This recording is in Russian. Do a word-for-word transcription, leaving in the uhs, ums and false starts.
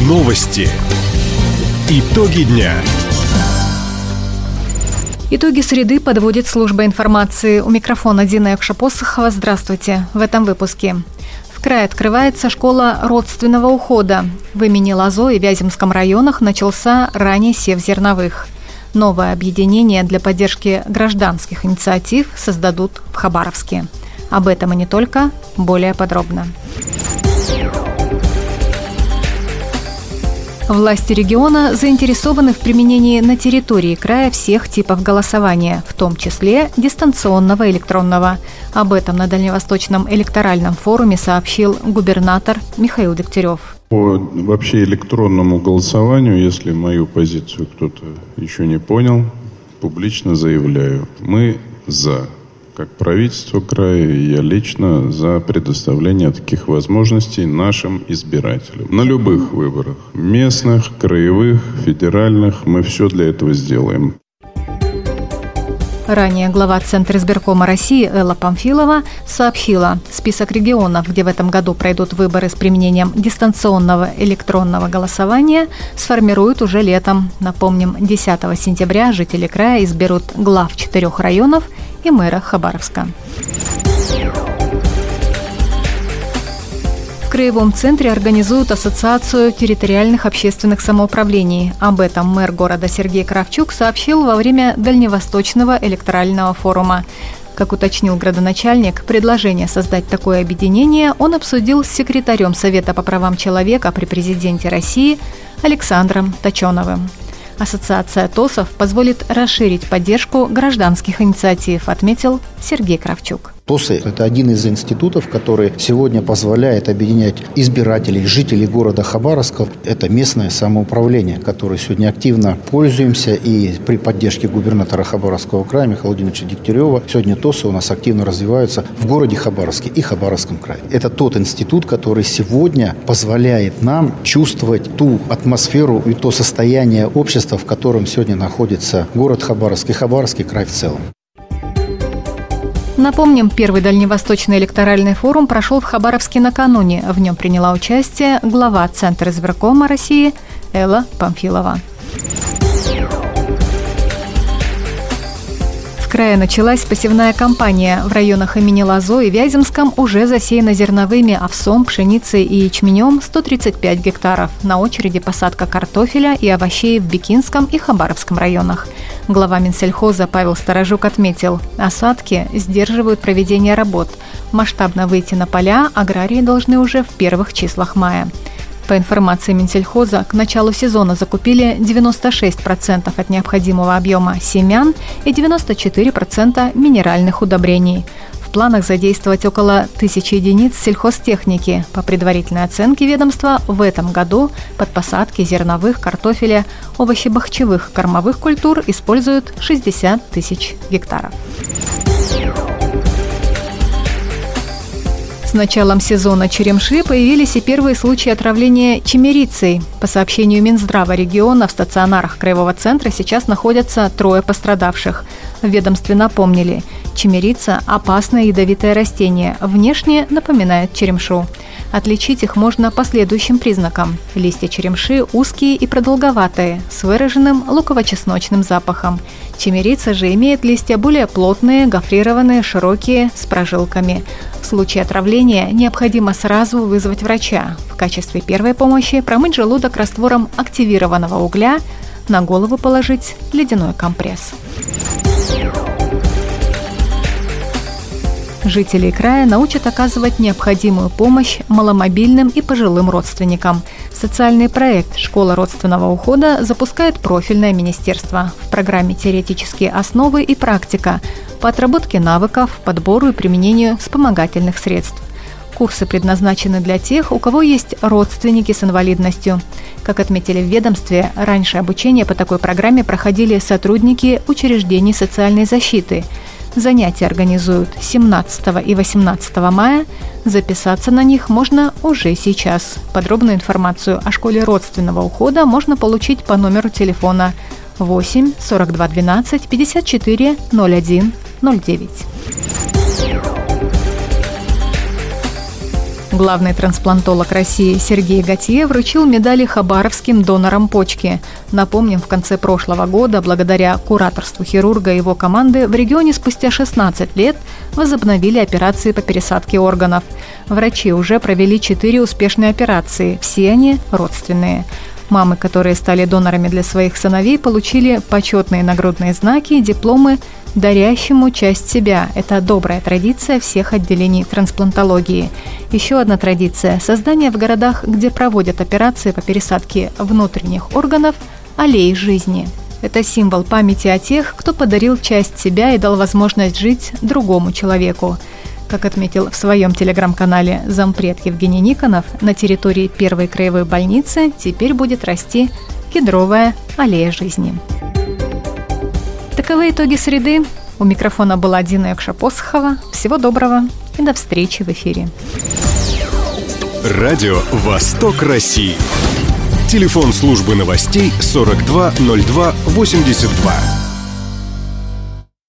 Новости. Итоги дня. Итоги среды подводит служба информации. У микрофона Дина Якшапосохова. Здравствуйте. В этом выпуске. В крае открывается школа родственного ухода. В имени Лозо и Вяземском районах начался ранний сев зерновых. Новое объединение для поддержки гражданских инициатив создадут в Хабаровске. Об этом и не только, более подробно. Власти региона заинтересованы в применении на территории края всех типов голосования, в том числе дистанционного электронного. Об этом на Дальневосточном электоральном форуме сообщил губернатор Михаил Дегтярев. По вообще электронному голосованию, если мою позицию кто-то еще не понял, публично заявляю, мы за. Как правительство края, я лично за предоставление таких возможностей нашим избирателям. На любых выборах. Местных, краевых, федеральных. Мы все для этого сделаем. Ранее глава Центризбиркома России Элла Памфилова сообщила, список регионов, где в этом году пройдут выборы с применением дистанционного электронного голосования, сформируют уже летом. Напомним, десятого сентября жители края изберут глав четырех районов и мэра Хабаровска. В Краевом центре организуют ассоциацию территориальных общественных самоуправлений. Об этом мэр города Сергей Кравчук сообщил во время Дальневосточного электорального форума. Как уточнил градоначальник, предложение создать такое объединение он обсудил с секретарем Совета по правам человека при президенте России Александром Точеновым. Ассоциация ТОСов позволит расширить поддержку гражданских инициатив, отметил Сергей Кравчук. ТОСы – это один из институтов, который сегодня позволяет объединять избирателей, жителей города Хабаровска. Это местное самоуправление, которое сегодня активно пользуемся. И при поддержке губернатора Хабаровского края Михаила Владимировича Дегтярева сегодня ТОСы у нас активно развиваются в городе Хабаровске и Хабаровском крае. Это тот институт, который сегодня позволяет нам чувствовать ту атмосферу и то состояние общества, в котором сегодня находится город Хабаровск и Хабаровский край в целом. Напомним, первый Дальневосточный электоральный форум прошел в Хабаровске накануне. В нем приняла участие глава Центризбиркома России Элла Памфилова. В крае началась посевная кампания. В районах имени Лозо и Вяземском уже засеяно зерновыми, овсом, пшеницей и ячменем сто тридцать пять гектаров. На очереди посадка картофеля и овощей в Бикинском и Хабаровском районах. Глава Минсельхоза Павел Сторожук отметил, осадки сдерживают проведение работ. Масштабно выйти на поля аграрии должны уже в первых числах мая. По информации Минсельхоза, к началу сезона закупили девяносто шесть процентов от необходимого объема семян и девяносто четыре процента минеральных удобрений. В планах задействовать около тысячи единиц сельхозтехники. По предварительной оценке ведомства, в этом году под посадки зерновых, картофеля, овощебахчевых, кормовых культур используют шестьдесят тысяч гектаров. С началом сезона черемши появились и первые случаи отравления чимерицей. По сообщению Минздрава региона, в стационарах краевого центра сейчас находятся трое пострадавших. В ведомстве напомнили, чимерица – опасное ядовитое растение, внешне напоминает черемшу. Отличить их можно по следующим признакам. Листья черемши узкие и продолговатые, с выраженным луково-чесночным запахом. Чимерица же имеет листья более плотные, гофрированные, широкие, с прожилками. В случае отравления необходимо сразу вызвать врача. В качестве первой помощи промыть желудок раствором активированного угля, на голову положить ледяной компресс. Жителей края научат оказывать необходимую помощь маломобильным и пожилым родственникам. Социальный проект «Школа родственного ухода» запускает профильное министерство. В программе теоретические основы и практика по отработке навыков, подбору и применению вспомогательных средств. Курсы предназначены для тех, у кого есть родственники с инвалидностью. Как отметили в ведомстве, раньше обучение по такой программе проходили сотрудники учреждений социальной защиты. Занятия организуют семнадцатого и восемнадцатого мая. Записаться на них можно уже сейчас. Подробную информацию о школе родственного ухода можно получить по номеру телефона восемь сорок два двенадцать пятьдесят четыре ноль один ноль девять. Главный трансплантолог России Сергей Готье вручил медали хабаровским донорам почки. Напомним, в конце прошлого года, благодаря кураторству хирурга и его команды, в регионе спустя шестнадцать лет возобновили операции по пересадке органов. Врачи уже провели четыре успешные операции, все они родственные. Мамы, которые стали донорами для своих сыновей, получили почетные нагрудные знаки и дипломы дарящему часть себя. Это добрая традиция всех отделений трансплантологии. Еще одна традиция – создание в городах, где проводят операции по пересадке внутренних органов, аллей жизни. Это символ памяти о тех, кто подарил часть себя и дал возможность жить другому человеку. Как отметил в своем телеграм-канале зампред Евгений Никонов, на территории первой краевой больницы теперь будет расти кедровая аллея жизни. Таковы итоги среды. У микрофона была Дина Якша-Посохова. Всего доброго и до встречи в эфире. Радио «Восток России». Телефон службы новостей сорок два ноль два восемьдесят два.